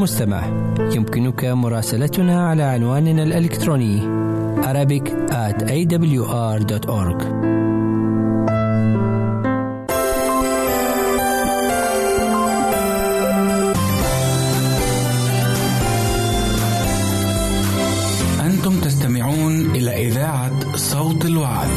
المستمع، يمكنك مراسلتنا على عنواننا الإلكتروني arabic@awr.org. أنتم تستمعون إلى إذاعة صوت الوعد.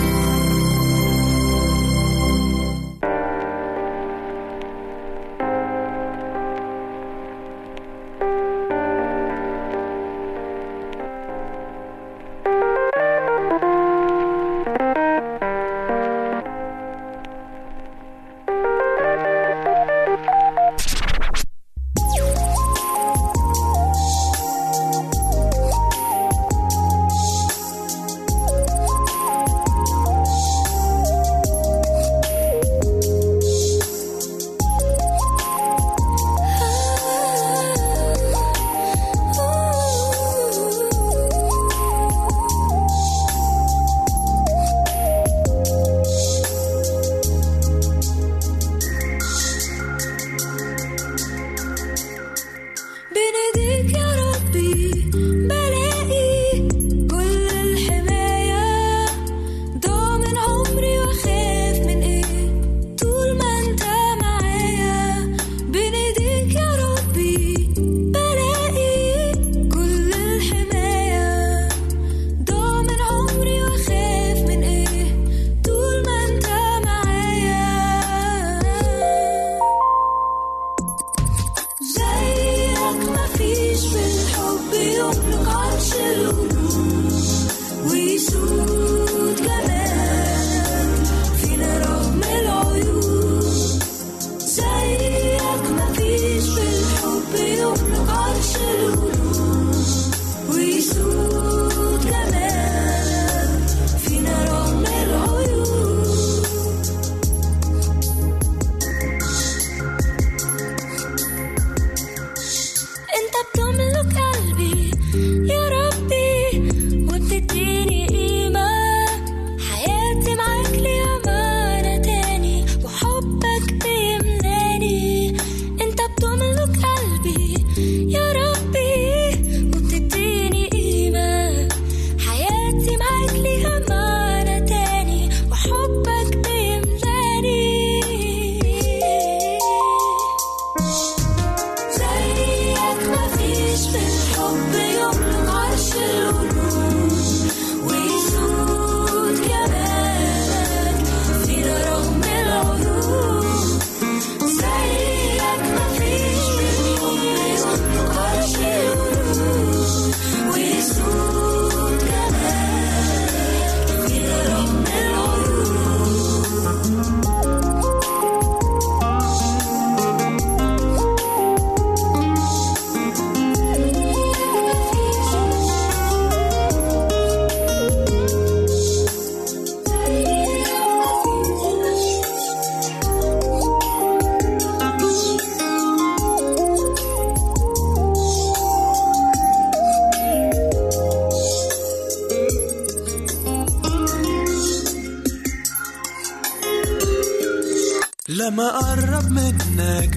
لما أقرب منك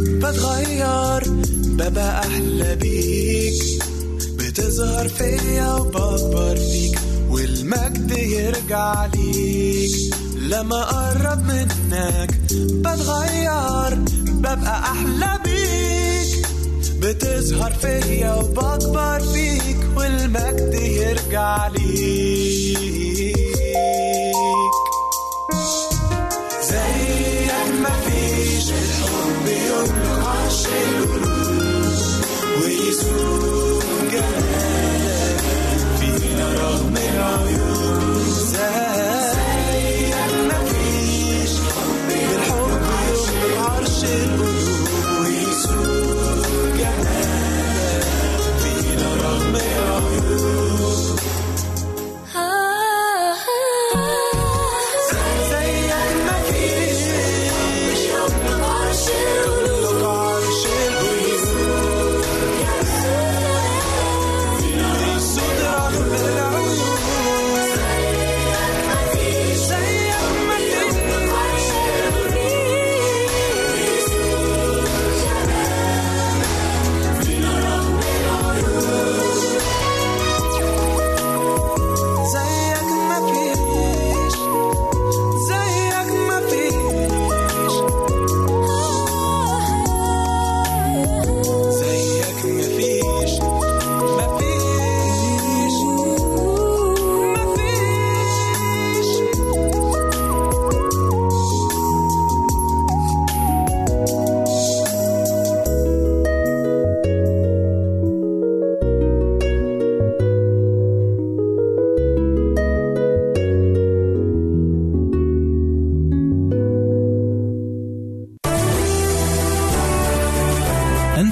بتغير، ببقى أحلى بيك، بتظهر فيا وبكبر فيك والمجد يرجع ليك. لما أقرب منك بتغير، ببقى أحلى بيك، بتظهر فيا وبكبر فيك والمجد يرجع ليك. زيك مفيش الحب يملك عرش القلوب، ويسوق جمالك فينا رغم العيوب. زيك مفيش بالحب يملك عرش القلوب، ويسوق جمالك فينا رغم العيوب.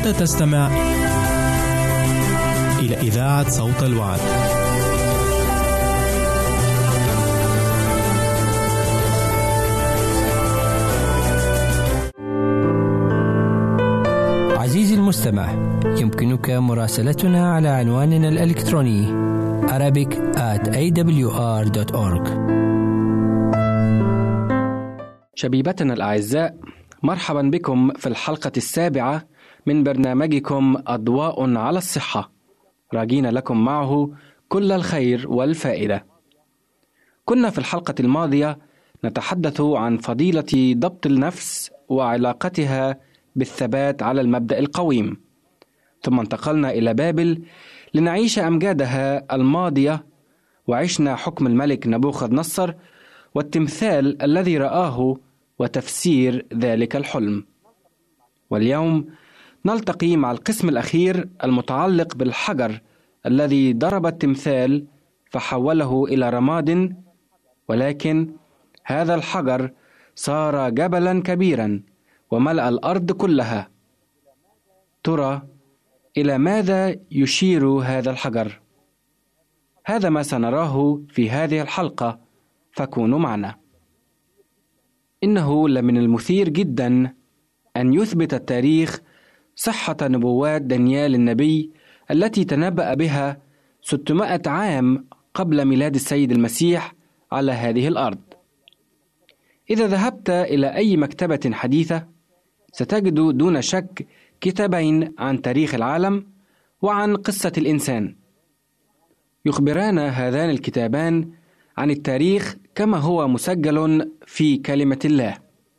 أنت تستمع إلى إذاعة صوت الوعد. عزيزي المستمع، يمكنك مراسلتنا على عنواننا الإلكتروني arabic@awr.org. شبيبتنا الأعزاء، مرحبا بكم في الحلقة 7 من برنامجكم أضواء على الصحة، راجين لكم معه كل الخير والفائدة. كنا في الحلقة الماضية نتحدث عن فضيلة ضبط النفس وعلاقتها بالثبات على المبدأ القويم، ثم انتقلنا إلى بابل لنعيش أمجادها الماضية، وعشنا حكم الملك نبوخذ نصر والتمثال الذي رآه وتفسير ذلك الحلم. واليوم نلتقي مع القسم الأخير المتعلق بالحجر الذي ضرب التمثال فحوله إلى رماد، ولكن هذا الحجر صار جبلا كبيرا وملأ الأرض كلها. ترى إلى ماذا يشير هذا الحجر؟ هذا ما سنراه في هذه الحلقة، فكونوا معنا. إنه لمن المثير جدا أن يثبت التاريخ صحة نبوات دانيال النبي التي تنبأ بها 600 عام قبل ميلاد السيد المسيح على هذه الأرض. إذا ذهبت إلى أي مكتبة حديثة ستجد دون شك كتابين عن تاريخ العالم وعن قصة الإنسان. يخبران هذان الكتابان عن التاريخ كما هو مسجل في كلمة الله.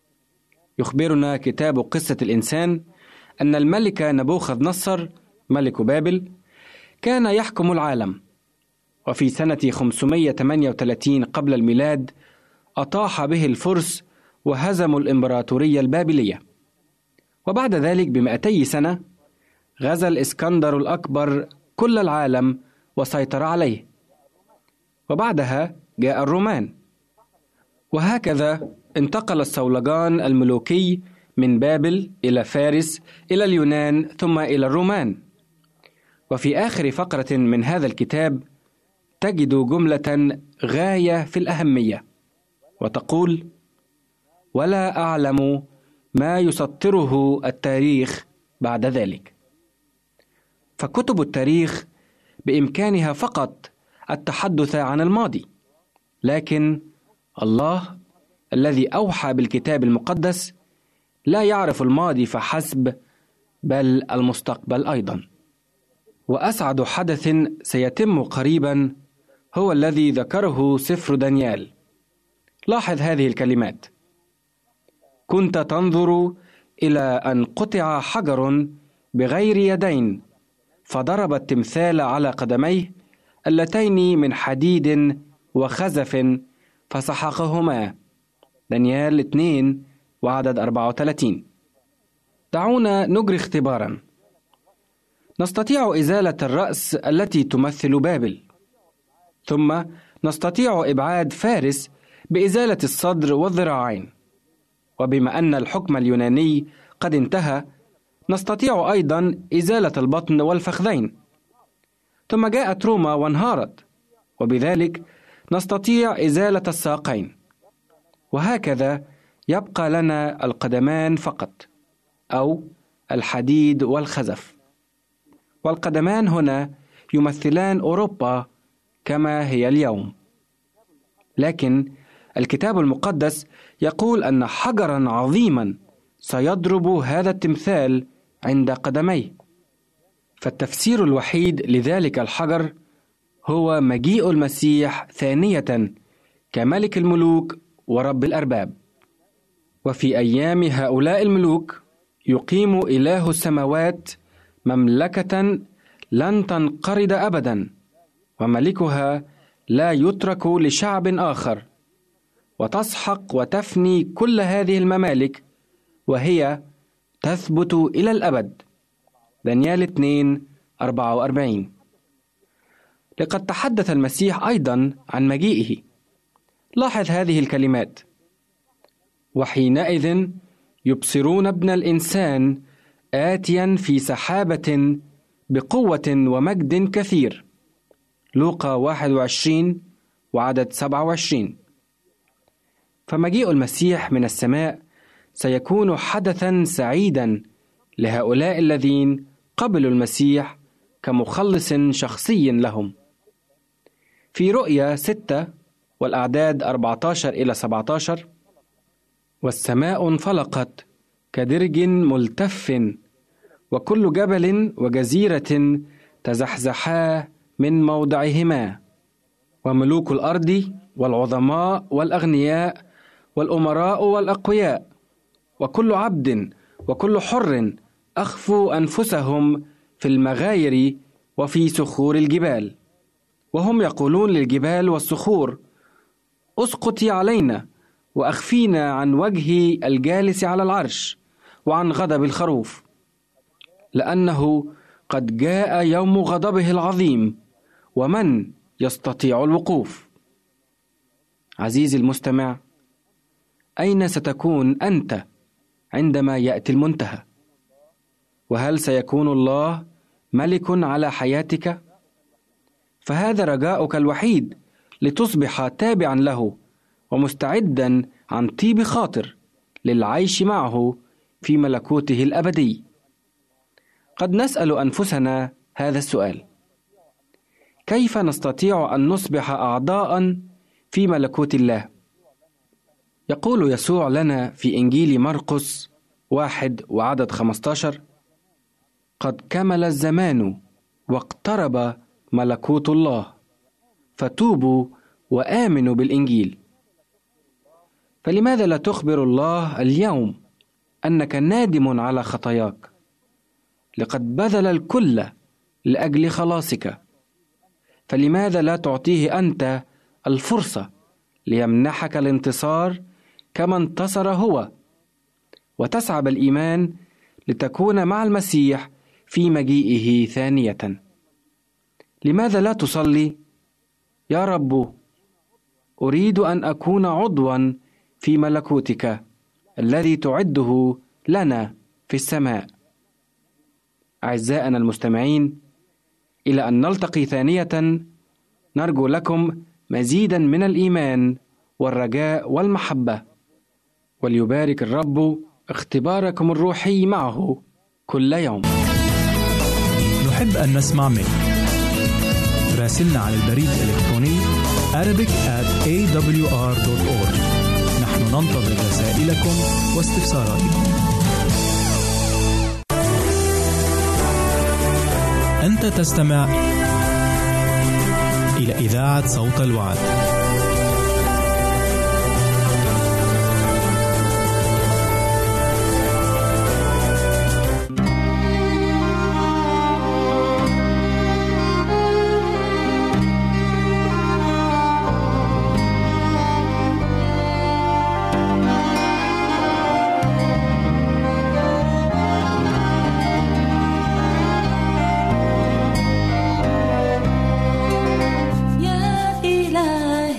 يخبرنا كتاب قصة الإنسان أن الملك نبوخذ نصر ملك بابل كان يحكم العالم، وفي سنة 538 قبل الميلاد أطاح به الفرس وهزموا الإمبراطورية البابلية. وبعد ذلك ب200 سنة غزا الإسكندر الأكبر كل العالم وسيطر عليه، وبعدها جاء الرومان، وهكذا انتقل الصولجان الملوكي من بابل إلى فارس إلى اليونان ثم إلى الرومان. وفي آخر فقرة من هذا الكتاب تجد جملة غاية في الأهمية، وتقول: ولا أعلم ما يسطره التاريخ بعد ذلك. فكتب التاريخ بإمكانها فقط التحدث عن الماضي، لكن الله الذي أوحى بالكتاب المقدس لا يعرف الماضي فحسب، بل المستقبل أيضا. وأسعد حدث سيتم قريبا هو الذي ذكره سفر دانيال. لاحظ هذه الكلمات: كنت تنظر إلى أن قطع حجر بغير يدين، فضرب التمثال على قدميه اللتين من حديد وخزف فسحقهما. دانيال 2 وعدد 34. دعونا نجري اختبارا. نستطيع إزالة الرأس التي تمثل بابل، ثم نستطيع إبعاد فارس بإزالة الصدر والذراعين. وبما أن الحكم اليوناني قد انتهى، نستطيع أيضا إزالة البطن والفخذين. ثم جاءت روما وانهارت، وبذلك نستطيع إزالة الساقين. وهكذا يبقى لنا القدمان فقط، أو الحديد والخزف. والقدمان هنا يمثلان أوروبا كما هي اليوم. لكن الكتاب المقدس يقول أن حجرا عظيما سيضرب هذا التمثال عند قدميه. فالتفسير الوحيد لذلك الحجر هو مجيء المسيح ثانية كملك الملوك ورب الأرباب. وفي أيام هؤلاء الملوك يقيم إله السماوات مملكة لن تنقرض أبدا، وملكها لا يترك لشعب آخر، وتسحق وتفني كل هذه الممالك، وهي تثبت إلى الأبد. دانيال 2 44. لقد تحدث المسيح أيضا عن مجيئه. لاحظ هذه الكلمات: وحينئذ يبصرون ابن الإنسان آتيا في سحابة بقوة ومجد كثير. لوقا 21 وعدد 27. فمجيء المسيح من السماء سيكون حدثا سعيدا لهؤلاء الذين قبلوا المسيح كمخلص شخصي لهم. في رؤيا 6 والأعداد 14 إلى 17: والسماء انفلقت كدرج ملتف، وكل جبل وجزيرة تزحزحا من موضعهما، وملوك الأرض والعظماء والأغنياء والأمراء والأقوياء وكل عبد وكل حر أخفوا أنفسهم في المغاير وفي صخور الجبال، وهم يقولون للجبال والصخور: اسقطي علينا وأخفينا عن وجه الجالس على العرش وعن غضب الخروف، لأنه قد جاء يوم غضبه العظيم، ومن يستطيع الوقوف؟ عزيزي المستمع، أين ستكون أنت عندما يأتي المنتهى؟ وهل سيكون الله ملك على حياتك؟ فهذا رجاؤك الوحيد لتصبح تابعا له ومستعدا عن طيب خاطر للعيش معه في ملكوته الأبدي. قد نسأل أنفسنا هذا السؤال: كيف نستطيع أن نصبح أعضاء في ملكوت الله؟ يقول يسوع لنا في إنجيل مرقس 1 وعدد 15: قد كمل الزمان واقترب ملكوت الله، فتوبوا وآمنوا بالإنجيل. فلماذا لا تخبر الله اليوم أنك نادم على خطاياك؟ لقد بذل الكل لأجل خلاصك، فلماذا لا تعطيه أنت الفرصة ليمنحك الانتصار كما انتصر هو، وتسعى بالإيمان لتكون مع المسيح في مجيئه ثانية؟ لماذا لا تصلي: يا رب، أريد أن أكون عضوا في ملكوتك الذي تعده لنا في السماء؟ أعزائنا المستمعين، إلى أن نلتقي ثانية، نرجو لكم مزيدا من الإيمان والرجاء والمحبة، وليبارك الرب اختباركم الروحي معه كل يوم. نحب أن نسمع منك. راسلنا على البريد الإلكتروني arabic@awr.org. نحن ننتظر رسائلكم واستفساراتكم. أنت تستمع إلى إذاعة صوت الوعد. يا إلهي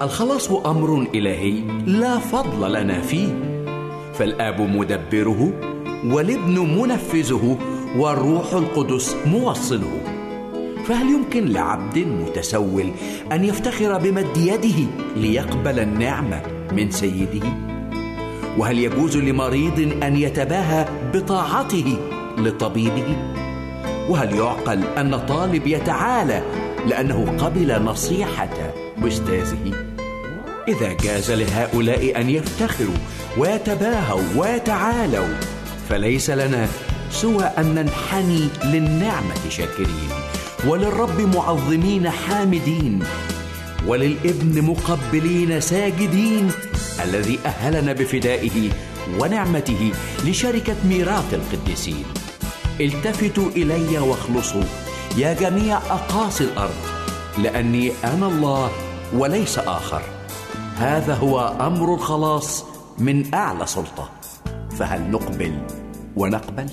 الخلاص أمر إلهي لا فضل لنا فيه، فالآب مدبره والابن منفذه والروح القدس موصله. فهل يمكن لعبد متسول أن يفتخر بمد يده ليقبل النعمة من سيده؟ وهل يجوز لمريض أن يتباهى بطاعته لطبيبه؟ وهل يعقل أن طالب يتعالى لأنه قبل نصيحة أستاذه؟ إذا جاز لهؤلاء أن يفتخروا ويتباهوا ويتعالوا، فليس لنا سوى أن ننحني للنعمة شاكرين، وللرب معظمين حامدين، وللابن مقبلين ساجدين، الذي أهلنا بفدائه ونعمته لشركة ميراث القديسين. التفتوا إلي واخلصوا يا جميع أقاصي الأرض، لأني أنا الله وليس آخر. هذا هو أمر الخلاص من أعلى سلطة، فهل نقبل ونقبل؟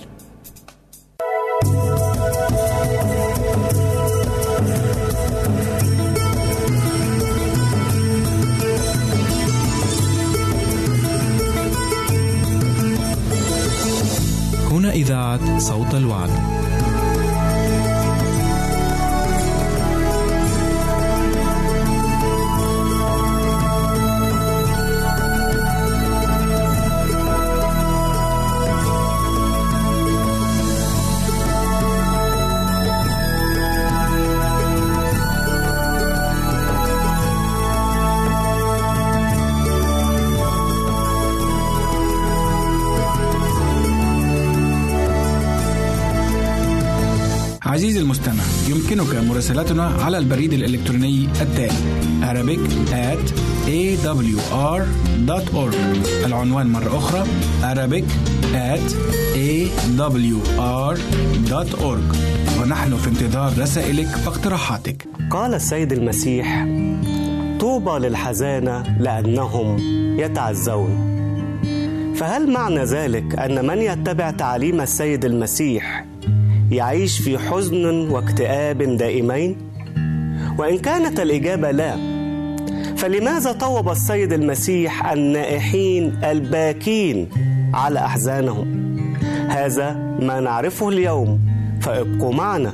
هنا إذاعة صوت الوعد. عزيزي المستمع، يمكنك مراسلتنا على البريد الإلكتروني التالي arabic@awr.org. العنوان مرة أخرى arabic@awr.org، ونحن في انتظار رسائلك واقتراحاتك. قال السيد المسيح: طوبى للحزانة لأنهم يتعزون. فهل معنى ذلك أن من يتبع تعليم السيد المسيح يعيش في حزن واكتئاب دائمين؟ وإن كانت الإجابة لا، فلماذا طوب السيد المسيح النائحين الباكين على أحزانهم؟ هذا ما نعرفه اليوم، فابقوا معنا.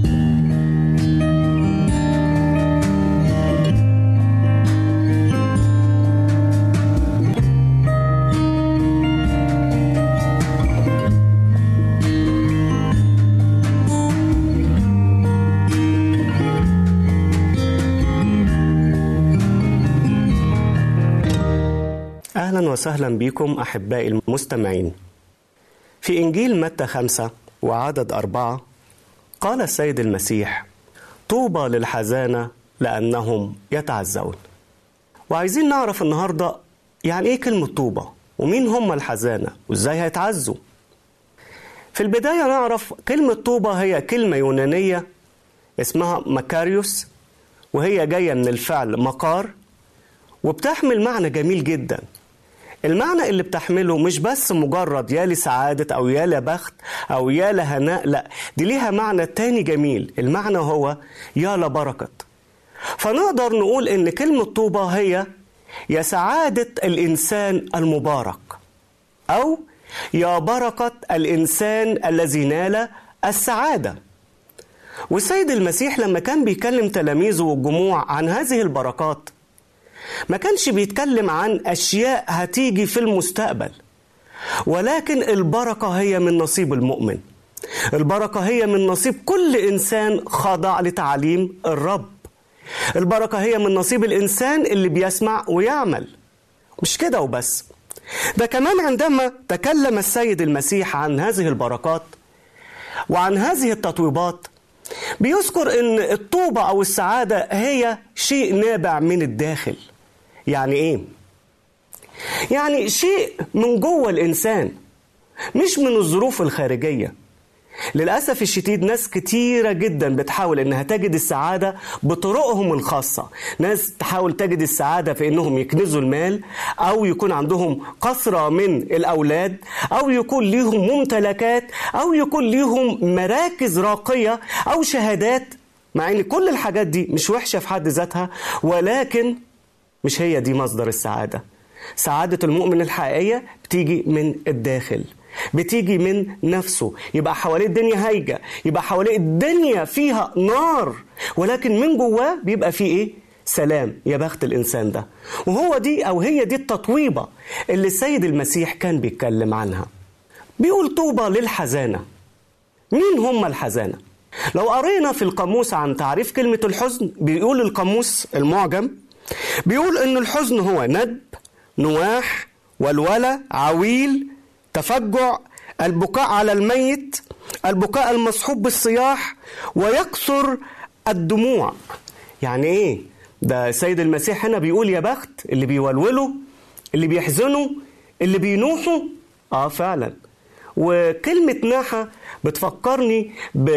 أهلا وسهلا بكم أحبائي المستمعين. في إنجيل متى 5 وعدد 4 قال السيد المسيح: طوبى للحزانة لأنهم يتعزون. وعايزين نعرف النهاردة يعني إيه كلمة طوبى، ومين هم الحزانة، وإزاي هيتعزوا. في البداية نعرف كلمة طوبى هي كلمة يونانية اسمها مكاريوس، وهي جاية من الفعل مقار، وبتحمل معنى جميل جدا. المعنى اللي بتحمله مش بس مجرد يا لسعادة أو يا لبخت أو يا لهناء، لا، دي ليها معنى تاني جميل. المعنى هو يا لبركة. فنقدر نقول إن كلمة طوبى هي يا سعادة الإنسان المبارك، أو يا بركة الإنسان الذي نال السعادة. والسيد المسيح لما كان بيكلم تلاميذه والجموع عن هذه البركات ما كانش بيتكلم عن أشياء هتيجي في المستقبل، ولكن البركة هي من نصيب المؤمن. البركة هي من نصيب كل إنسان خاضع لتعليم الرب. البركة هي من نصيب الإنسان اللي بيسمع ويعمل. مش كده وبس، ده كمان عندما تكلم السيد المسيح عن هذه البركات وعن هذه التطويبات بيذكر إن الطوبة أو السعادة هي شيء نابع من الداخل. يعني إيه؟ يعني شيء من جوه الإنسان، مش من الظروف الخارجية. للأسف الشديد ناس كتيرة جدا بتحاول إنها تجد السعادة بطرقهم الخاصة. ناس تحاول تجد السعادة في إنهم يكنزوا المال، أو يكون عندهم كثرة من الأولاد، أو يكون ليهم ممتلكات، أو يكون ليهم مراكز راقية أو شهادات. مع إن كل الحاجات دي مش وحشة في حد ذاتها، ولكن مش هي دي مصدر السعادة. سعادة المؤمن الحقيقية بتيجي من الداخل، بتيجي من نفسه. يبقى حواليه الدنيا هايجة، يبقى حواليه الدنيا فيها نار، ولكن من جواه بيبقى فيه ايه؟ سلام. يا بخت الإنسان ده. وهو دي أو هي دي التطويبة اللي السيد المسيح كان بيتكلم عنها. بيقول طوبى للحزانة. مين هم الحزانة؟ لو قرينا في القاموس عن تعريف كلمة الحزن، بيقول القاموس المعجم، بيقول إن الحزن هو ندب، نواح، ولولة، عويل، تفجع، البكاء على الميت، البكاء المصحوب بالصياح، ويكثر الدموع. يعني ايه؟ ده السيد المسيح هنا بيقول يا بخت اللي بيولولوا، اللي بيحزنوا، اللي بينوحوا. فعلا. وكلمة ناحة بتفكرني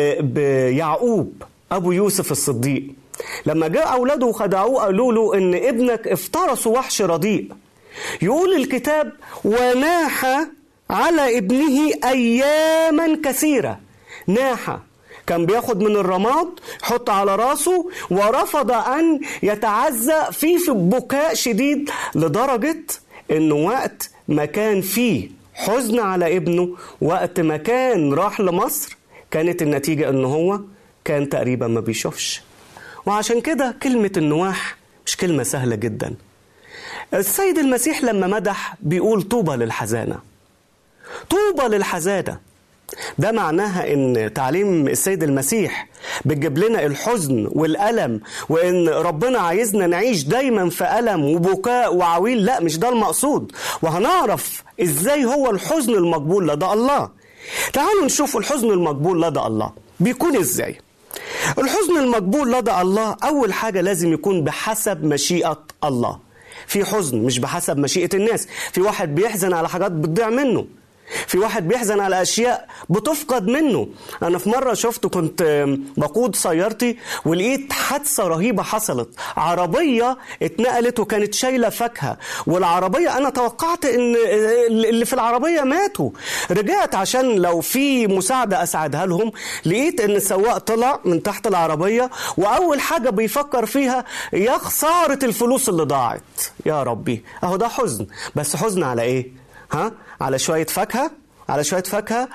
بيعقوب أبو يوسف الصديق، لما جاء أولاده وخدعوه قالوا له إن ابنك افترس وحش رديء. يقول الكتاب وناح على ابنه أياما كثيرة. ناحة كان بياخد من الرماد يحط على راسه، ورفض أن يتعزى في بكاء شديد، لدرجة إنه وقت ما كان فيه حزن على ابنه، وقت ما كان راح لمصر، كانت النتيجة إنه هو كان تقريبا ما بيشوفش. وعشان كده كلمة النواح مش كلمة سهلة جدا. السيد المسيح لما مدح بيقول طوبى للحزانة. طوبى للحزانة ده معناها ان تعليم السيد المسيح بتجيب لنا الحزن والألم، وان ربنا عايزنا نعيش دايما في ألم وبكاء وعويل. لا، مش ده المقصود. وهنعرف ازاي هو الحزن المقبول لدى الله. تعالوا نشوف الحزن المقبول لدى الله بيكون ازاي. الحزن المقبول لدى الله اول حاجة لازم يكون بحسب مشيئة الله. في حزن مش بحسب مشيئة الناس. في واحد بيحزن على حاجات بتضيع منه، في واحد بيحزن على أشياء بتفقد منه. أنا في مرة كنت بقود سيارتي ولقيت حادثة رهيبة حصلت. عربية اتنقلت وكانت شايلة فاكهة، والعربية أنا توقعت إن اللي في العربية ماتوا. رجعت عشان لو في مساعدة أساعدها لهم، لقيت إن السواق طلع من تحت العربية وأول حاجة بيفكر فيها يا خسارة الفلوس اللي ضاعت. يا ربي، أهو ده حزن. بس حزن على إيه؟ على شوية فاكهة، على شوية فاكهة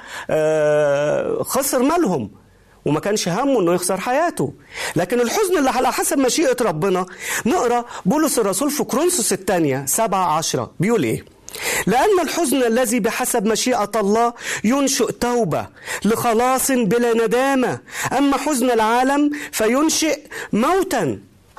خسر مالهم وما كانش همه انه يخسر حياته. لكن الحزن اللي على حسب مشيئة ربنا، نقرأ بولس الرسول في كورنثوس الثانية 7:10 بيقول ايه؟ لأن الحزن الذي بحسب مشيئة الله ينشئ توبة لخلاص بلا ندامة، أما حزن العالم فينشئ موتا.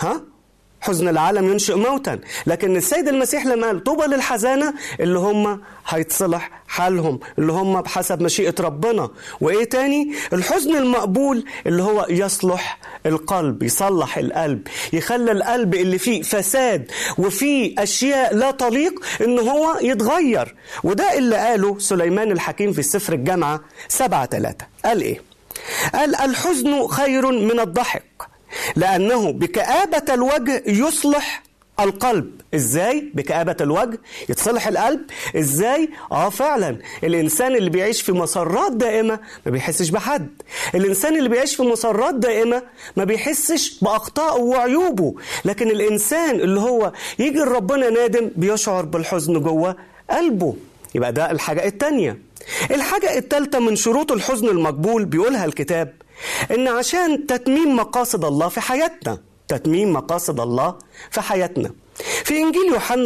حزن العالم ينشئ موتا. لكن السيد المسيح لما قال طوبى للحزانة، اللي هم هيتصلح حالهم، اللي هم بحسب مشيئة ربنا. وإيه تاني؟ الحزن المقبول اللي هو يصلح القلب، يصلح القلب، يخلي القلب اللي فيه فساد وفيه أشياء لا تليق إن هو يتغير. وده اللي قاله سليمان الحكيم في سفر الجامعة 7:3. قال إيه؟ قال الحزن خير من الضحك، لأنه بكآبة الوجه يصلح القلب. إزاي بكآبة الوجه يتصلح القلب؟ إزاي؟ فعلا الإنسان اللي بيعيش في مسرات دائمة ما بيحسش بحد. الإنسان اللي بيعيش في مسرات دائمة ما بيحسش بأخطائه وعيوبه. لكن الإنسان اللي هو يجي لربنا نادم بيشعر بالحزن جوه قلبه. يبقى ده الحاجة التانية. الحاجة التالتة من شروط الحزن المقبول بيقولها الكتاب، إن عشان تتميم مقاصد الله في حياتنا، تتميم مقاصد الله في حياتنا. في إنجيل يوحنا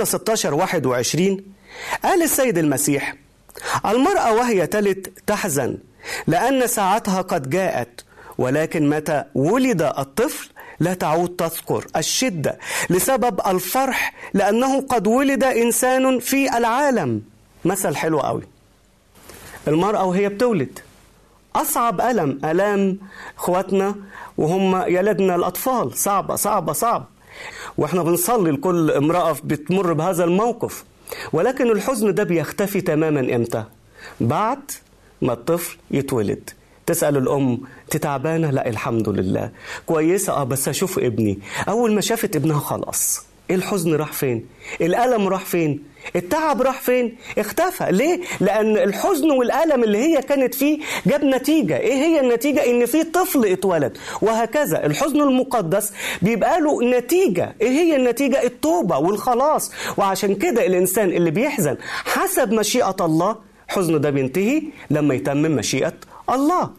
16:21 قال السيد المسيح المرأة وهي تلد تحزن لأن ساعتها قد جاءت، ولكن متى ولد الطفل لا تعود تذكر الشدة لسبب الفرح لأنه قد ولد إنسان في العالم. مثل حلو قوي. المرأة وهي بتولد أصعب ألام إخواتنا وهم يلدنا الأطفال، صعبة صعبة صعب، وإحنا بنصلي لكل امرأة بتمر بهذا الموقف. ولكن الحزن ده بيختفي تماما إمتى؟ بعد ما الطفل يتولد. تسأل الأم تعبانة؟ لا الحمد لله كويسة، بس أشوف ابني. أول ما شافت ابنها خلاص الحزن راح فين؟ الألم راح فين؟ التعب راح فين؟ اختفى. ليه؟ لأن الحزن والألم اللي هي كانت فيه جاب نتيجة. ايه هي النتيجة؟ ان في طفل اتولد. وهكذا الحزن المقدس بيبقى له نتيجة. ايه هي النتيجة؟ التوبة والخلاص. وعشان كده الإنسان اللي بيحزن حسب مشيئة الله حزنه ده بينتهي لما يتمم مشيئة الله.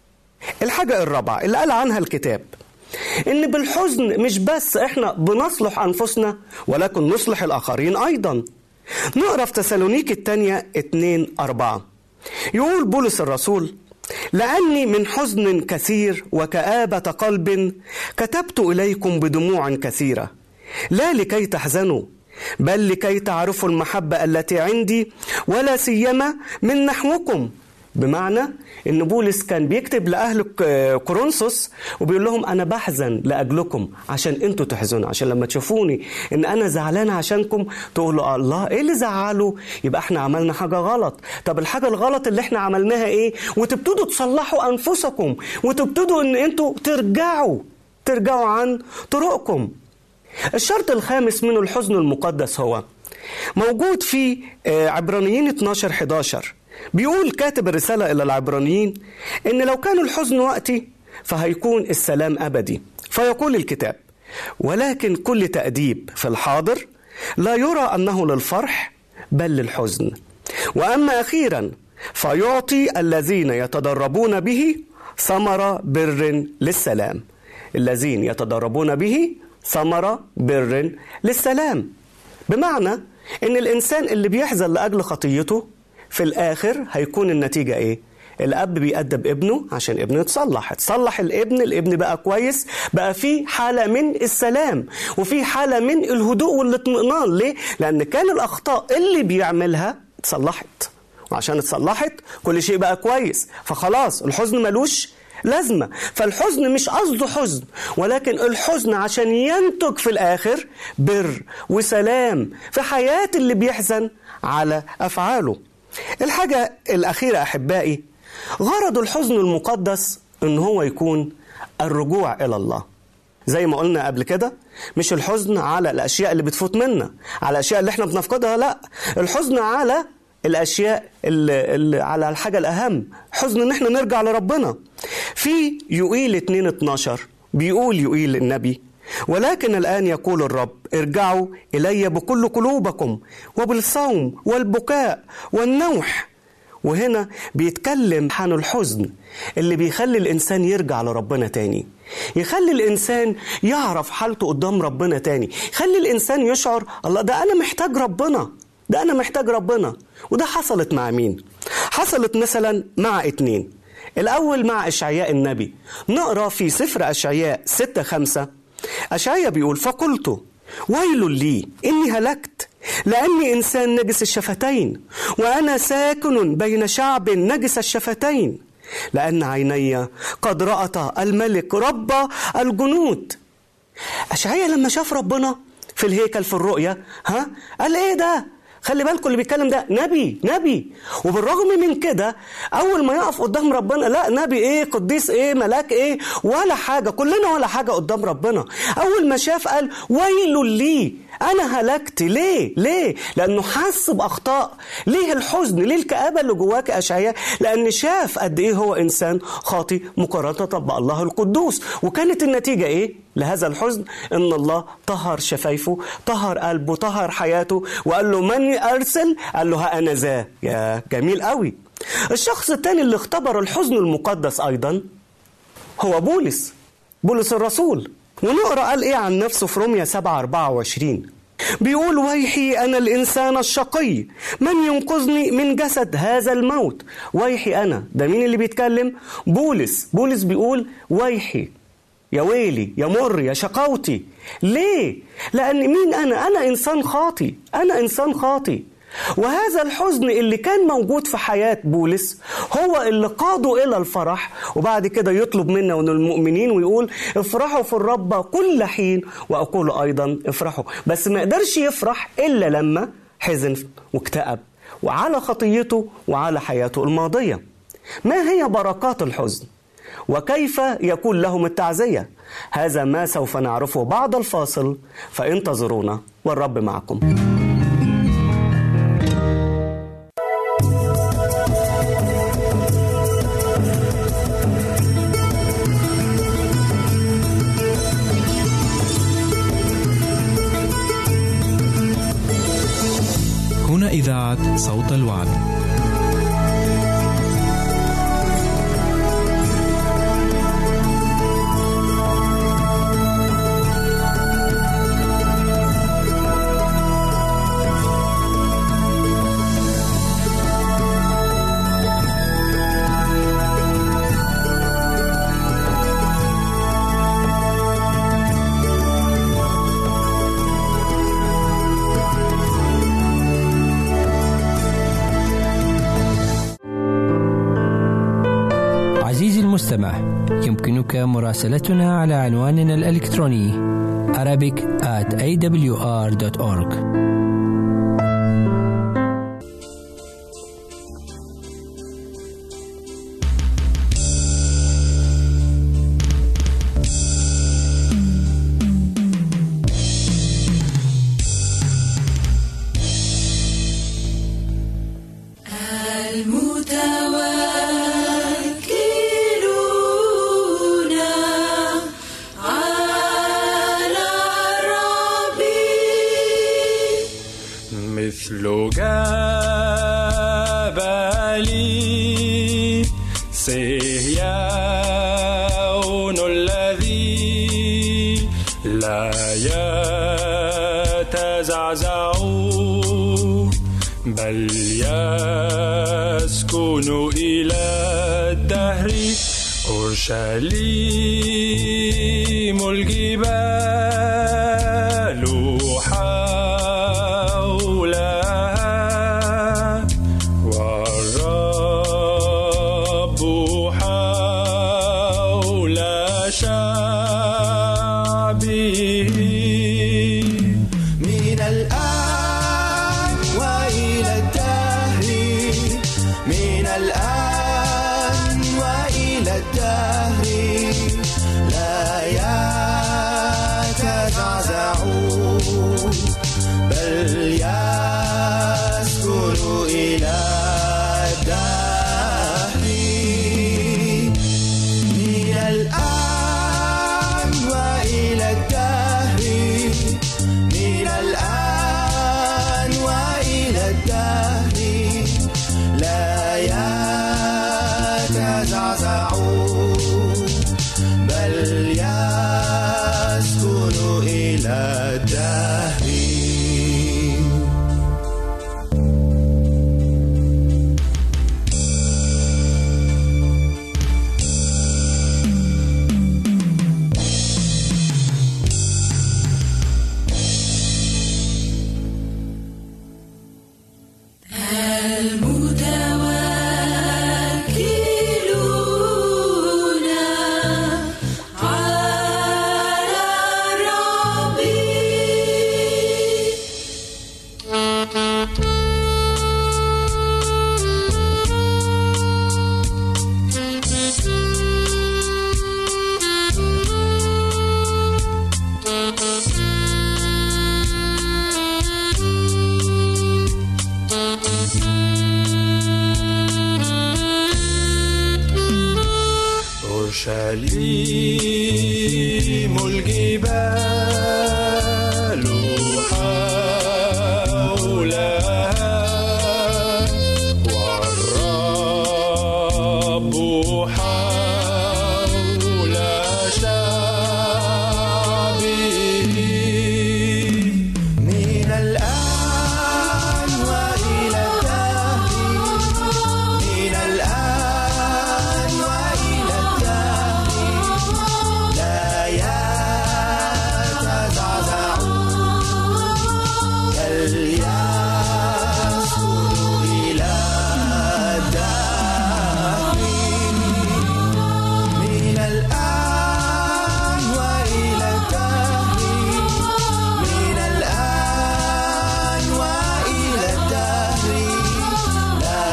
الحاجة الرابعة اللي قال عنها الكتاب إن بالحزن مش بس إحنا بنصلح أنفسنا ولكن نصلح الآخرين أيضا. نقرأ في تسالونيك الثانية 2:4 يقول بولس الرسول: لأني من حزن كثير وكآبة قلب كتبت إليكم بدموع كثيرة، لا لكي تحزنوا بل لكي تعرفوا المحبة التي عندي ولا سيما من نحوكم. بمعنى ان بولس كان بيكتب لأهل كورنثوس وبيقول لهم انا بحزن لأجلكم عشان انتوا تحزنوا، عشان لما تشوفوني ان انا زعلان عشانكم تقولوا الله ايه اللي زعله، يبقى احنا عملنا حاجة غلط. طب الحاجة الغلط اللي احنا عملناها ايه؟ وتبتدوا تصلحوا انفسكم وتبتدوا ان انتوا ترجعوا عن طرقكم. الشرط الخامس من الحزن المقدس هو موجود في عبرانيين 12:11. بيقول كاتب الرسالة إلى العبرانيين إن لو كان الحزن وقتي فهيكون السلام أبدي. فيقول الكتاب: ولكن كل تأديب في الحاضر لا يرى أنه للفرح بل للحزن، وأما أخيرا فيعطي الذين يتدربون به ثمرة بر للسلام. الذين يتدربون به ثمرة بر للسلام. بمعنى إن الإنسان اللي بيحزن لأجل خطيته في الآخر هيكون النتيجة إيه؟ الأب بيأدب ابنه عشان ابنه يتصلح الابن بقى كويس، بقى في حالة من السلام وفي حالة من الهدوء والاطمئنان. ليه؟ لأن كان الأخطاء اللي بيعملها اتصلحت، وعشان اتصلحت كل شيء بقى كويس، فخلاص الحزن ملوش لازمة. فالحزن مش قصده حزن، ولكن الحزن عشان ينتج في الآخر بر وسلام في حياة اللي بيحزن على أفعاله. الحاجة الأخيرة أحبائي، غرض الحزن المقدس إن هو يكون الرجوع إلى الله. زي ما قلنا قبل كده، مش الحزن على الأشياء اللي بتفوت منا، على الأشياء اللي احنا بنفقدها، لا، الحزن على الأشياء اللي على الحاجة الأهم، حزن إن احنا نرجع لربنا. في يوئيل 2:12 بيقول يوئيل النبي: ولكن الآن يقول الرب ارجعوا إلي بكل قلوبكم وبالصوم والبكاء والنوح. وهنا بيتكلم عن الحزن اللي بيخلي الإنسان يرجع لربنا تاني، يخلي الإنسان يعرف حالته قدام ربنا تاني، يخلي الإنسان يشعر الله ده أنا محتاج ربنا. وده حصلت مع مين؟ حصلت مثلا مع 2. الأول مع إشعياء النبي. نقرأ في سفر أشعياء 6:5. أشعياء بيقول: فقلت ويل لي إني هلكت لأني إنسان نجس الشفتين وأنا ساكن بين شعب نجس الشفتين، لأن عيني قد رأت الملك رب الجنود. أشعياء لما شاف ربنا في الهيكل في الرؤية قال إيه ده؟ خلي بالكم اللي بيتكلم ده نبي. وبالرغم من كده أول ما يقف قدام ربنا، لا نبي إيه، قديس إيه، ملاك إيه، ولا حاجة، كلنا ولا حاجة قدام ربنا. أول ما شاف قال ويل لي أنا هلكت. ليه؟ لأنه حس بأخطاء. ليه الحزن؟ ليه الكآبة اللي جواك أشعياء؟ لأن شاف قد إيه هو إنسان خاطي مقارنة بالله القدوس. وكانت النتيجة إيه لهذا الحزن؟ إن الله طهر شفايفه، طهر قلبه، طهر حياته، وقال له من أرسل؟ قال له ها أنا ذا. يا جميل قوي. الشخص الثاني اللي اختبر الحزن المقدس أيضا هو بولس الرسول. ونقرأ قال إيه عن نفسه في رومية 7:24. بيقول: ويحي أنا الإنسان الشقي من ينقذني من جسد هذا الموت. ويحي أنا، ده مين اللي بيتكلم؟ بولس بيقول ويحي، يا ويلي، يا مر، يا شقاوتي. ليه؟ لأن مين أنا إنسان خاطي. وهذا الحزن اللي كان موجود في حياة بولس هو اللي قاده إلى الفرح. وبعد كده يطلب منا من المؤمنين ويقول: افرحوا في الرب كل حين وأقول أيضا افرحوا. بس ما قدرش يفرح إلا لما حزن واكتئب وعلى خطيته وعلى حياته الماضية. ما هي بركات الحزن؟ وكيف يكون لهم التعزية؟ هذا ما سوف نعرفه بعد الفاصل، فانتظرونا والرب معكم. صوت الوعد. المستمع، يمكنك مراسلتنا على عنواننا الإلكتروني arabic@awr.org. مثل جبل صهيون الذي لا يتزعزع بل يسكن إلى الدهر. أورشليم الجبال حولها والرب حول شعبه. من الآن وإلى الدهر، من الآن وإلى الدهر لا يتزعزعون بل يسكن إلى الدهر. من الآن وإلى الدهر، من الآن وإلى الدهر لا يتزعزعون بل يسكن إلى الدهر. أورشليم الجبال حولها والرب حول شعبه. من الآن وإلى الدهر، من الآن وإلى الدهر لا يتزعزعون بل يسكن إلى الدهر. من الآن وإلى الدهر، من الآن وإلى الدهر لا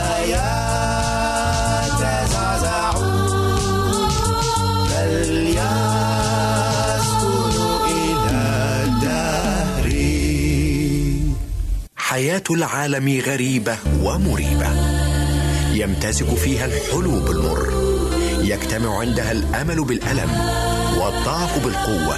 يتزعزعون بل يسكن إلى الدهر. حياة العالم غريبة ومريبة، يمتزج فيها الحلو بالمر، يجتمع عندها الأمل بالألم والضعف بالقوة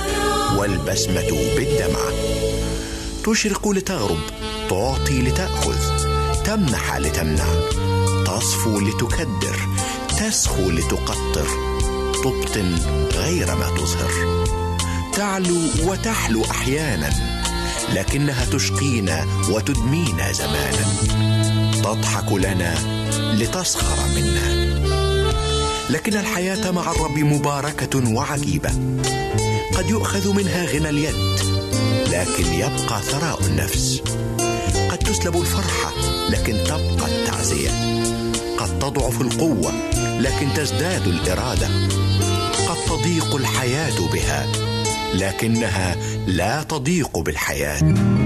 والبسمة بالدمع. تشرق لتغرب، تعطي لتأخذ، تمنح لتمنع، تصفو لتكدر، تسخو لتقطر، تبطن غير ما تظهر، تعلو وتحلو أحيانا، لكنها تشقينا وتدمينا زمانا، تضحك لنا لتسخر منا. لكن الحياة مع الرب مباركة وعجيبة، قد يؤخذ منها غنى اليد لكن يبقى ثراء النفس، قد تسلب الفرحة لكن تبقى التعزية، قد تضعف القوة لكن تزداد الإرادة، قد تضيق الحياة بها لكنها لا تضيق بالحياة.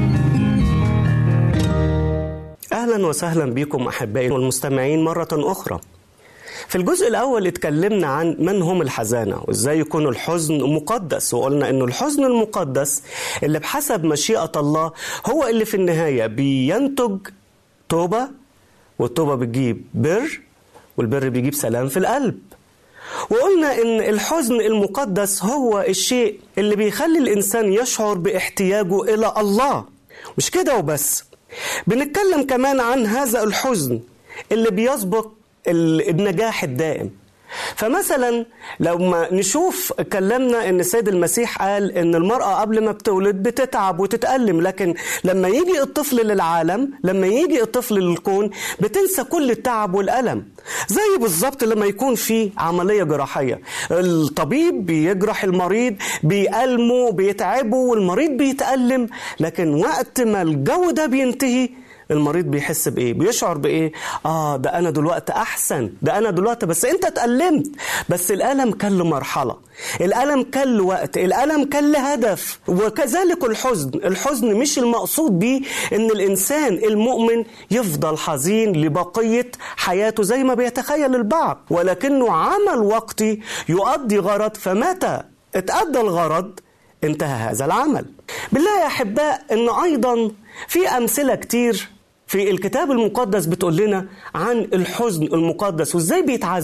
أهلا وسهلا بكم أحبائي والمستمعين مرة أخرى. في الجزء الأول اتكلمنا عن من هم الحزانة وإزاي يكون الحزن مقدس، وقلنا إنه الحزن المقدس اللي بحسب مشيئة الله هو اللي في النهاية بينتج توبة، والتوبة بتجيب بر، والبر بيجيب سلام في القلب. وقلنا إن الحزن المقدس هو الشيء اللي بيخلي الإنسان يشعر باحتياجه إلى الله. مش كده وبس، بنتكلم كمان عن هذا الحزن اللي بيسبق النجاح الدائم. فمثلا لما نشوف كلمنا ان السيد المسيح قال ان المرأة قبل ما بتولد بتتعب وتتألم، لكن لما يجي الطفل للعالم، لما يجي الطفل للكون، بتنسى كل التعب والألم. زي بالظبط لما يكون في عملية جراحية، الطبيب بيجرح المريض، بيألمه بيتعبه والمريض بيتألم، لكن وقت ما الجو ده بينتهي المريض بيحس بإيه؟ بيشعر بإيه؟ ده أنا دلوقتي أحسن، ده أنا دلوقتي، بس أنت اتألمت، بس الألم كان له مرحلة، الألم كان له وقت، الألم كان له هدف. وكذلك الحزن مش المقصود بيه إن الإنسان المؤمن يفضل حزين لبقية حياته زي ما بيتخيل البعض، ولكنه عمل وقتي يؤدي غرض، فمتى اتأدى الغرض انتهى هذا العمل. بالله يا أحباء إن أيضا في أمثلة كتير في الكتاب المقدس بتقول لنا عن الحزن المقدس وإزاي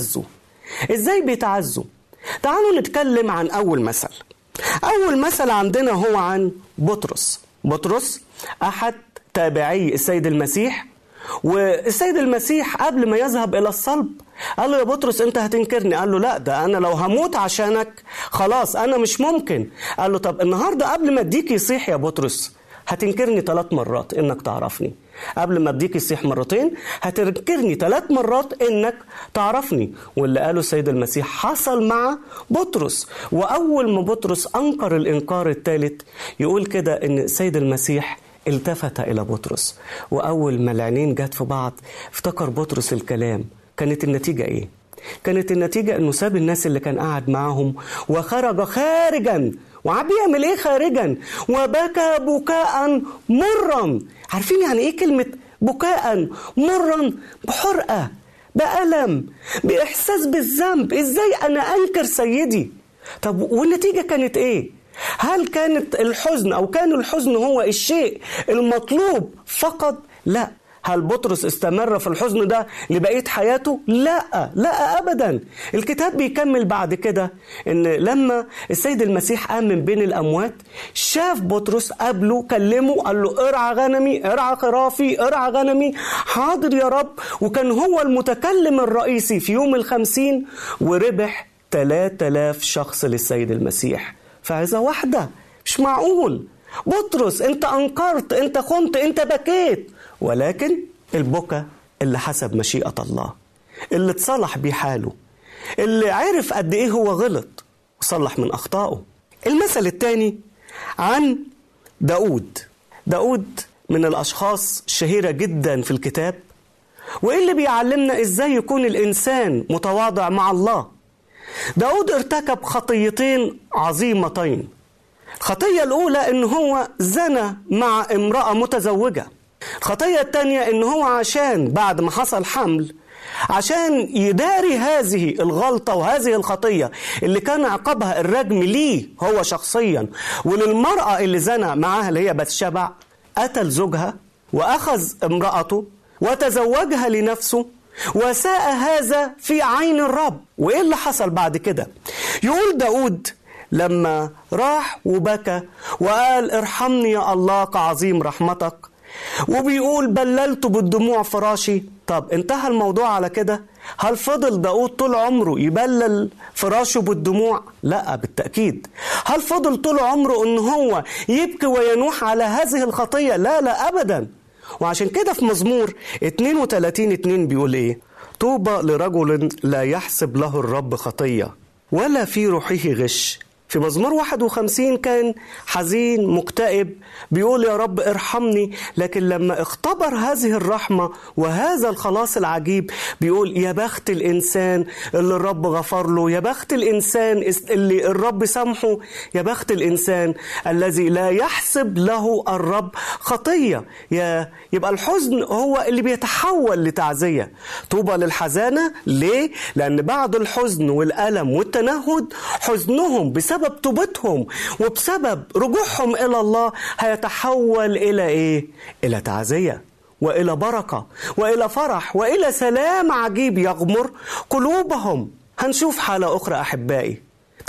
بيتعزوا. تعالوا نتكلم عن أول مثل عندنا هو عن بطرس أحد تابعي السيد المسيح. والسيد المسيح قبل ما يذهب إلى الصلب قال له يا بطرس أنت هتنكرني. قال له لا، ده أنا لو هموت عشانك خلاص أنا مش ممكن. قال له طب النهاردة قبل ما اديك يصيح يا بطرس هتنكرني 3 مرات إنك تعرفني. قبل ما اديك يصيح مرتين هتنكرني 3 مرات إنك تعرفني. واللي قاله السيد المسيح حصل مع بطرس. وأول ما بطرس أنكر الإنكار الثالث يقول كده إن السيد المسيح التفت إلى بطرس، وأول ما العينين جت في بعض افتكر بطرس الكلام. كانت النتيجة إيه؟ كانت النتيجة إنه ساب الناس اللي كان قاعد معهم وخرج خارجا. وبيعمل إيه خارجا؟ وبكى بكاء مرا. عارفين يعني إيه كلمة بكاء مرا؟ بحرقة، بألم، بإحساس بالذنب. إزاي أنا أنكر سيدي؟ طب والنتيجة كانت إيه؟ هل كانت الحزن أو كان الحزن هو الشيء المطلوب فقط؟ لا. هل بطرس استمر في الحزن ده لبقية حياته؟ لا أبدا. الكتاب بيكمل بعد كده إن لما السيد المسيح قام من بين الأموات شاف بطرس قبله، كلمه، قال له ارعى غنمي، ارعى خرافي، ارعى غنمي. حاضر يا رب. وكان هو المتكلم الرئيسي في يوم 50 وربح 3000 شخص للسيد المسيح فعزة واحدة. مش معقول بطرس انت انكرت، انت خنت، انت بكيت، ولكن البكا اللي حسب مشيئة الله، اللي اتصلح بيه حاله، اللي عرف قد ايه هو غلط وصلح من اخطائه. المثل الثاني عن داود من الاشخاص الشهيرة جدا في الكتاب، واللي بيعلمنا ازاي يكون الانسان متواضع مع الله. داود ارتكب خطيتين عظيمتين. الخطية الأولى إن هو زنى مع امرأة متزوجة. الخطية الثانية إن هو عشان بعد ما حصل حمل، عشان يداري هذه الغلطة وهذه الخطية اللي كان عقابها الرجم ليه هو شخصيا وللمرأة اللي زنى معاها اللي هي بتشبع، قتل زوجها وأخذ امرأته وتزوجها لنفسه وساء هذا في عين الرب. وإيه اللي حصل بعد كده؟ يقول داود لما راح وبكى وقال ارحمني يا الله كعظيم رحمتك، وبيقول بللت بالدموع فراشي. طب انتهى الموضوع على كده؟ هل فضل داود طول عمره يبلل فراشه بالدموع؟ لا بالتأكيد. هل فضل طول عمره ان هو يبكي وينوح على هذه الخطية؟ لا لا أبدا. وعشان كده في مزمور 32:2 بيقول ايه؟ طوبى لرجل لا يحسب له الرب خطية ولا في روحه غش. في مزمور 51 كان حزين مكتئب بيقول يا رب ارحمني، لكن لما اختبر هذه الرحمة وهذا الخلاص العجيب بيقول يا بخت الإنسان اللي الرب غفر له، يا بخت الإنسان اللي الرب سامحه، يا بخت الإنسان الذي لا يحسب له الرب خطية. يبقى الحزن هو اللي بيتحول لتعزية. طوبى للحزانة. ليه؟ لأن بعد الحزن والألم والتنهد حزنهم بسبب توبتهم وبسبب رجوعهم إلى الله هيتحول إلى إيه؟ إلى تعزية وإلى بركة وإلى فرح وإلى سلام عجيب يغمر قلوبهم. هنشوف حالة أخرى أحبائي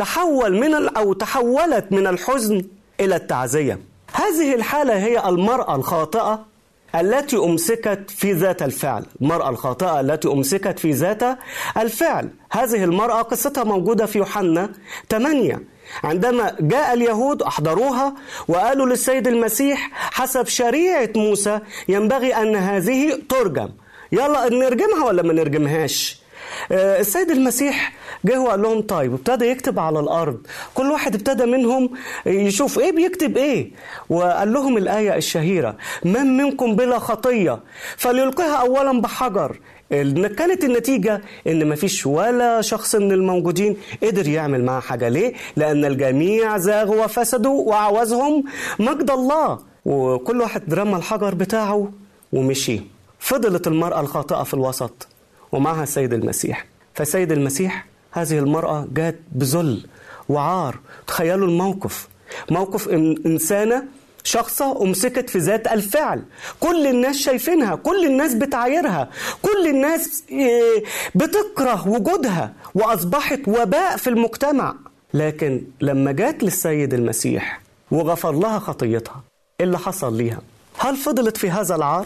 تحولت من الحزن إلى التعزية. هذه الحالة هي المرأة الخاطئة التي أمسكت في ذات الفعل. المرأة الخاطئة التي أمسكت في ذات الفعل. هذه المرأة قصتها موجودة في يوحنا 8. عندما جاء اليهود أحضروها وقالوا للسيد المسيح حسب شريعة موسى ينبغي أن هذه ترجم، يلا نرجمها ولا ما نرجمهاش؟ السيد المسيح جه وقال لهم طيب، ابتدى يكتب على الأرض. كل واحد ابتدى منهم يشوف ايه بيكتب ايه، وقال لهم الآية الشهيرة من منكم بلا خطية فليلقيها أولا بحجر. كانت النتيجة ان مفيش ولا شخص من الموجودين قدر يعمل معها حاجة. ليه؟ لأن الجميع زاغوا وفسدوا وعوزهم مجد الله. وكل واحد رمى الحجر بتاعه ومشي. فضلت المرأة الخاطئة في الوسط ومعها السيد المسيح. فالسيد المسيح هذه المرأة جات بذل وعار. تخيلوا الموقف، موقف إنسانة شخصة أمسكت في ذات الفعل، كل الناس شايفينها، كل الناس بتعايرها، كل الناس بتكره وجودها، وأصبحت وباء في المجتمع. لكن لما جات للسيد المسيح وغفر لها خطيتها، إيه اللي حصل ليها؟ هل فضلت في هذا العار؟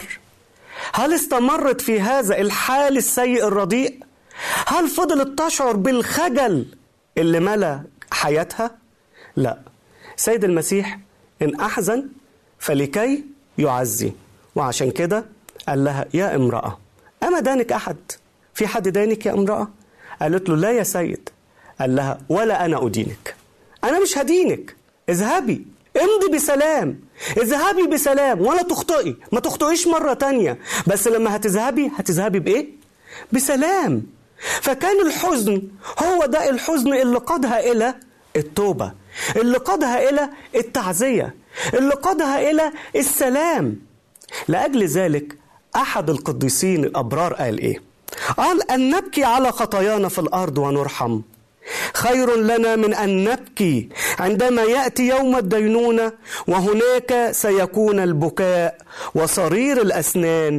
هل استمرت في هذا الحال السيء الرديء؟ هل فضلت تشعر بالخجل اللي ملا حياتها؟ لا. سيد المسيح إن أحزن فلكي يعزي. وعشان كده قال لها يا امرأة أما دانك أحد؟ في حد دانك يا امرأة؟ قالت له لا يا سيد. قال لها ولا أنا أدينك، أنا مش هدينك، اذهبي امضي بسلام، اذهبي بسلام ولا تخطئي، ما تخطئيش مرة تانية، بس لما هتذهبي بإيه؟ بسلام. فكان الحزن هو ده الحزن اللي قادها إلى التوبة، اللي قادها إلى التعزية، اللي قادها إلى السلام. لأجل ذلك أحد القديسين الأبرار قال إيه؟ قال أن نبكي على خطايانا في الأرض ونرحم خير لنا من أن نبكي عندما يأتي يوم الدينونة، وهناك سيكون البكاء وصرير الأسنان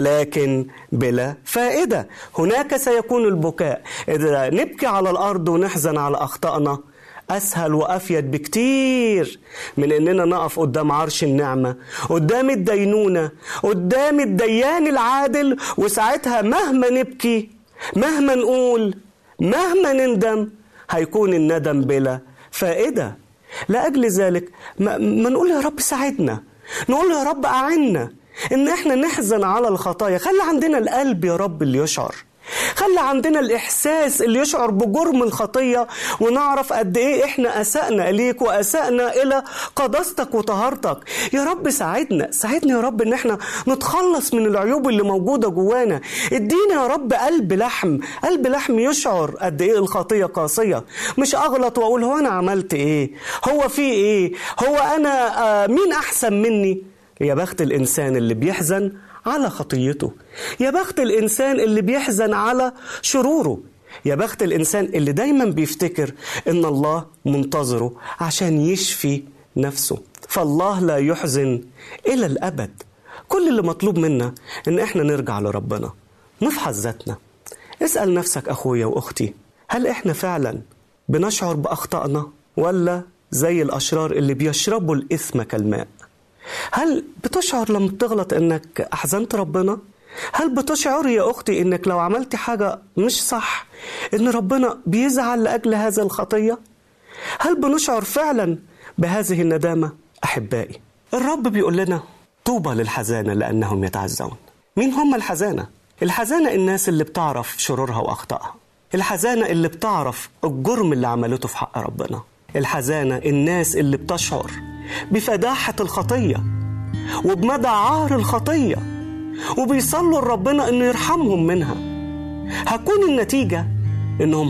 ولكن بلا فائدة. هناك سيكون البكاء. إذا نبكي على الأرض ونحزن على أخطائنا أسهل وأفيد بكتير من أننا نقف قدام عرش النعمة، قدام الدينونة، قدام الديان العادل، وساعتها مهما نبكي، مهما نقول، مهما نندم، هيكون الندم بلا فائدة. لأجل ذلك ما نقول يا رب ساعدنا، نقول يا رب أعنا إن إحنا نحزن على الخطايا. خلي عندنا القلب يا رب اللي يشعر، خلي عندنا الإحساس اللي يشعر بجرم الخطية، ونعرف قد إيه إحنا أسأنا إليك وأسأنا إلى قداستك وطهارتك. يا رب ساعدنا يا رب إن إحنا نتخلص من العيوب اللي موجودة جوانا. ادينا يا رب قلب لحم يشعر قد إيه الخطية قاسية. مش أغلط وأقول هو أنا عملت إيه، هو في إيه، هو أنا مين أحسن مني. يا بخت الإنسان اللي بيحزن على خطيته، يا بخت الإنسان اللي بيحزن على شروره، يا بخت الإنسان اللي دايما بيفتكر إن الله منتظره عشان يشفي نفسه. فالله لا يحزن إلى الأبد. كل اللي مطلوب منا إن إحنا نرجع لربنا، نفحص ذاتنا. اسأل نفسك أخويا وأختي، هل إحنا فعلا بنشعر بأخطائنا، ولا زي الأشرار اللي بيشربوا الإثم كالماء؟ هل بتشعر لما بتغلط إنك أحزنت ربنا؟ هل بتشعر يا أختي إنك لو عملت حاجة مش صح إن ربنا بيزعل لأجل هذا الخطية؟ هل بنشعر فعلا بهذه الندامة؟ أحبائي، الرب بيقول لنا طوبى للحزانة لأنهم يتعزون. مين هم الحزانة؟ الحزانة الناس اللي بتعرف شرورها وأخطائها، الحزانة اللي بتعرف الجرم اللي عملته في حق ربنا، الحزانة الناس اللي بتشعر بفداحة الخطية وبمدى عار الخطية وبيصلوا لربنا إنه يرحمهم منها. هتكون النتيجة إنهم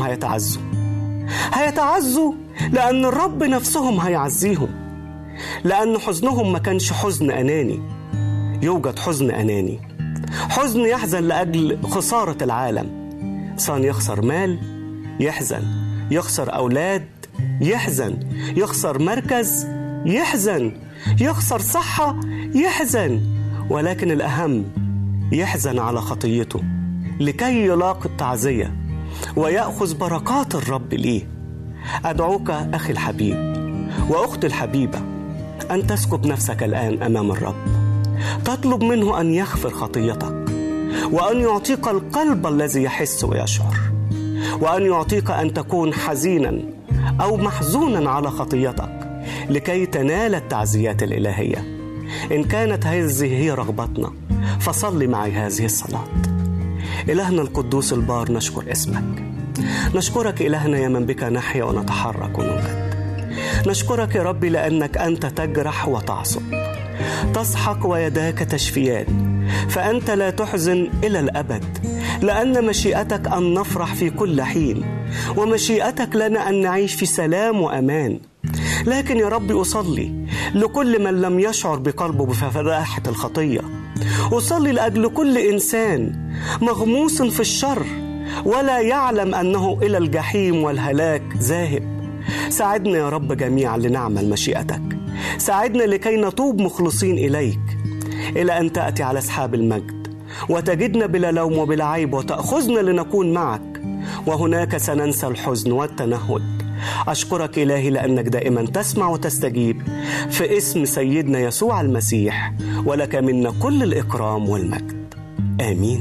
هيتعزوا لأن الرب نفسهم هيعزيهم، لأن حزنهم ما كانش حزن أناني. يوجد حزن أناني، حزن يحزن لأجل خسارة العالم. إنسان يخسر مال يحزن، يخسر أولاد يحزن، يخسر مركز يحزن، يخسر صحة يحزن، ولكن الأهم يحزن على خطيته لكي يلاقي التعزية ويأخذ بركات الرب ليه. أدعوك أخي الحبيب وأختي الحبيبة أن تسكب نفسك الآن أمام الرب، تطلب منه أن يغفر خطيتك، وأن يعطيك القلب الذي يحس ويشعر، وأن يعطيك أن تكون حزينا أو محزونا على خطيتك لكي تنال التعزيات الإلهية. إن كانت هذه هي رغبتنا فصلي معي هذه الصلاة. إلهنا القدوس البار، نشكر اسمك، نشكرك إلهنا يا من بك نحيا ونتحرك ونوجد. نشكرك يا ربي لأنك أنت تجرح وتعصب، تسحق ويداك تشفيان، فأنت لا تحزن إلى الأبد، لأن مشيئتك أن نفرح في كل حين، ومشيئتك لنا أن نعيش في سلام وأمان. لكن يا ربي أصلي لكل من لم يشعر بقلبه بفداحة الخطية، أصلي لأجل كل إنسان مغموس في الشر ولا يعلم أنه إلى الجحيم والهلاك ذاهب. ساعدنا يا رب جميعا لنعمل مشيئتك، ساعدنا لكي نتوب مخلصين إليك إلى أن تأتي على أسحاب المجد وتجدنا بلا لوم وبلا عيب وتأخذنا لنكون معك، وهناك سننسى الحزن والتنهد. أشكرك إلهي لأنك دائما تسمع وتستجيب، في اسم سيدنا يسوع المسيح، ولك منا كل الإكرام والمجد، آمين.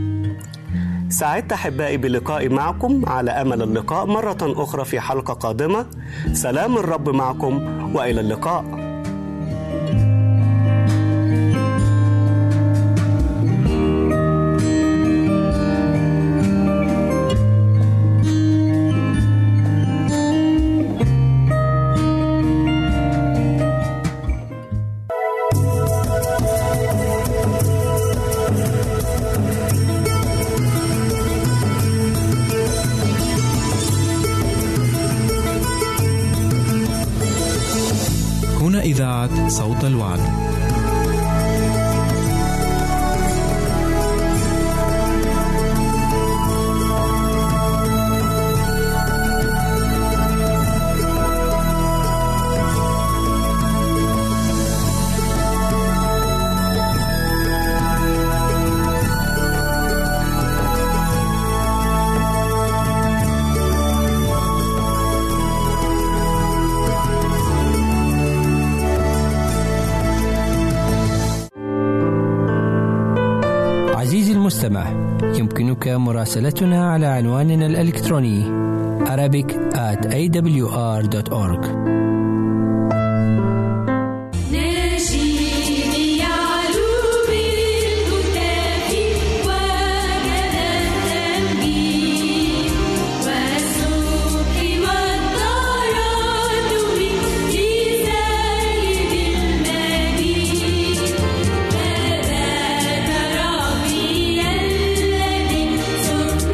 سعدت أحبائي بلقائي معكم، على أمل اللقاء مرة أخرى في حلقة قادمة. سلام الرب معكم وإلى اللقاء. إذاعة صوت الوعد. المستمع، يمكنك مراسلتنا على عنواننا الإلكتروني arabic@awr.org.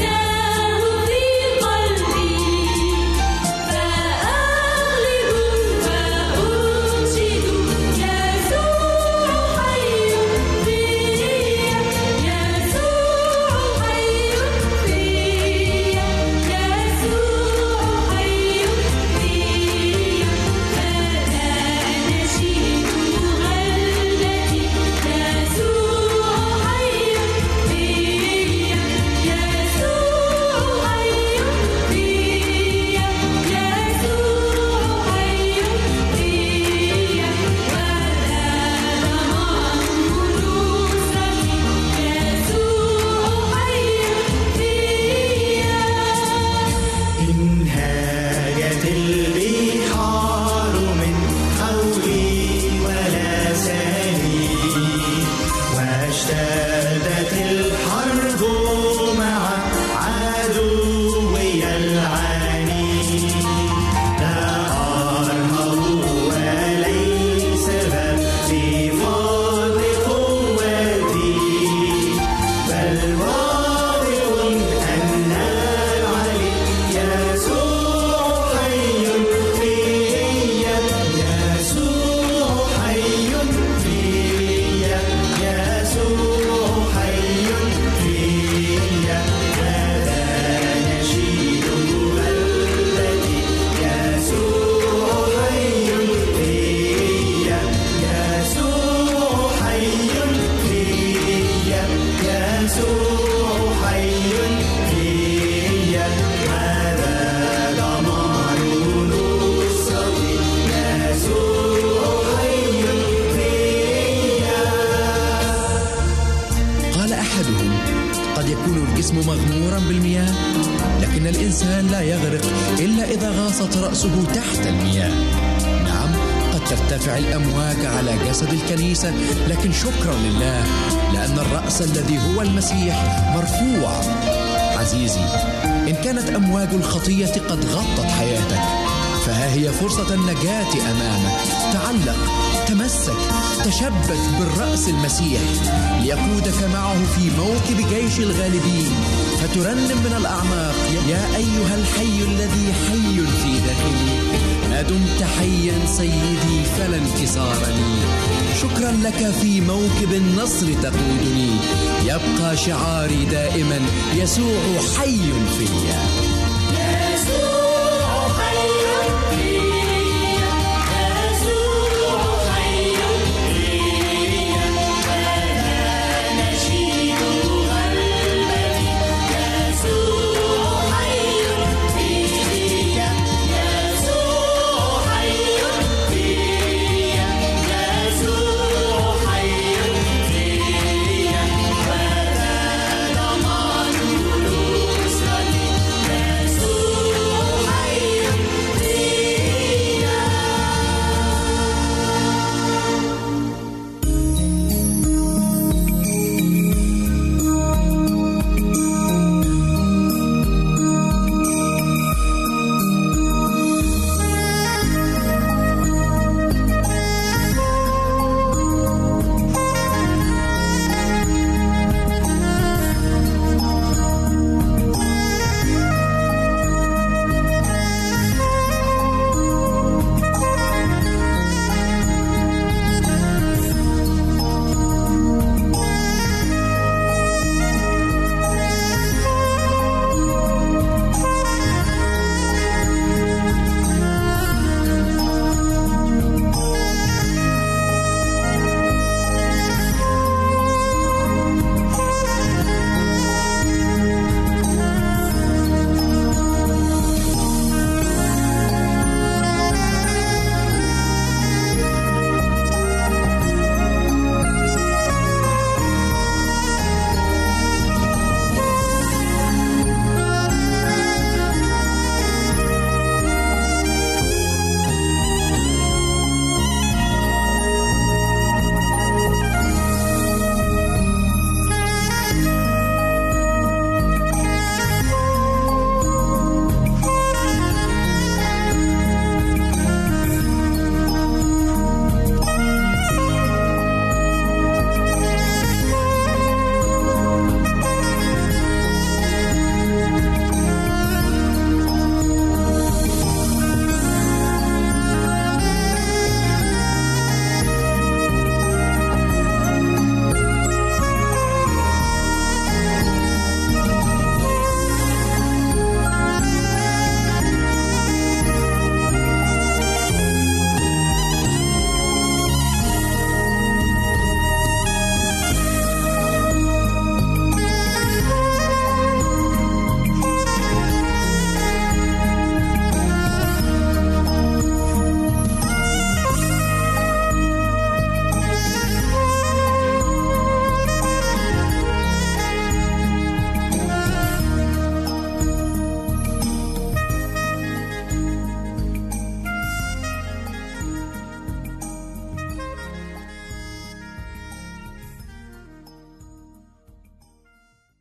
فأغلب الإنسان لا يغرق إلا إذا غاصت رأسه تحت المياه. نعم، قد ترتفع الأمواج على جسد الكنيسة، لكن شكرا لله لأن الرأس الذي هو المسيح مرفوع. عزيزي، إن كانت أمواج الخطية قد غطت حياتك، فها هي فرصة النجاة أمامك. تعلق، تمسك، تشبث بالرأس المسيح ليقودك معه في موكب جيش الغالبين، فترنم من الأعماق: يا أيها الحي الذي حي في داخلي، ما دمت حيا سيدي فلا انكسار لي. شكرا لك في موكب النصر تقودني، يبقى شعاري دائما: يسوع حي فيا.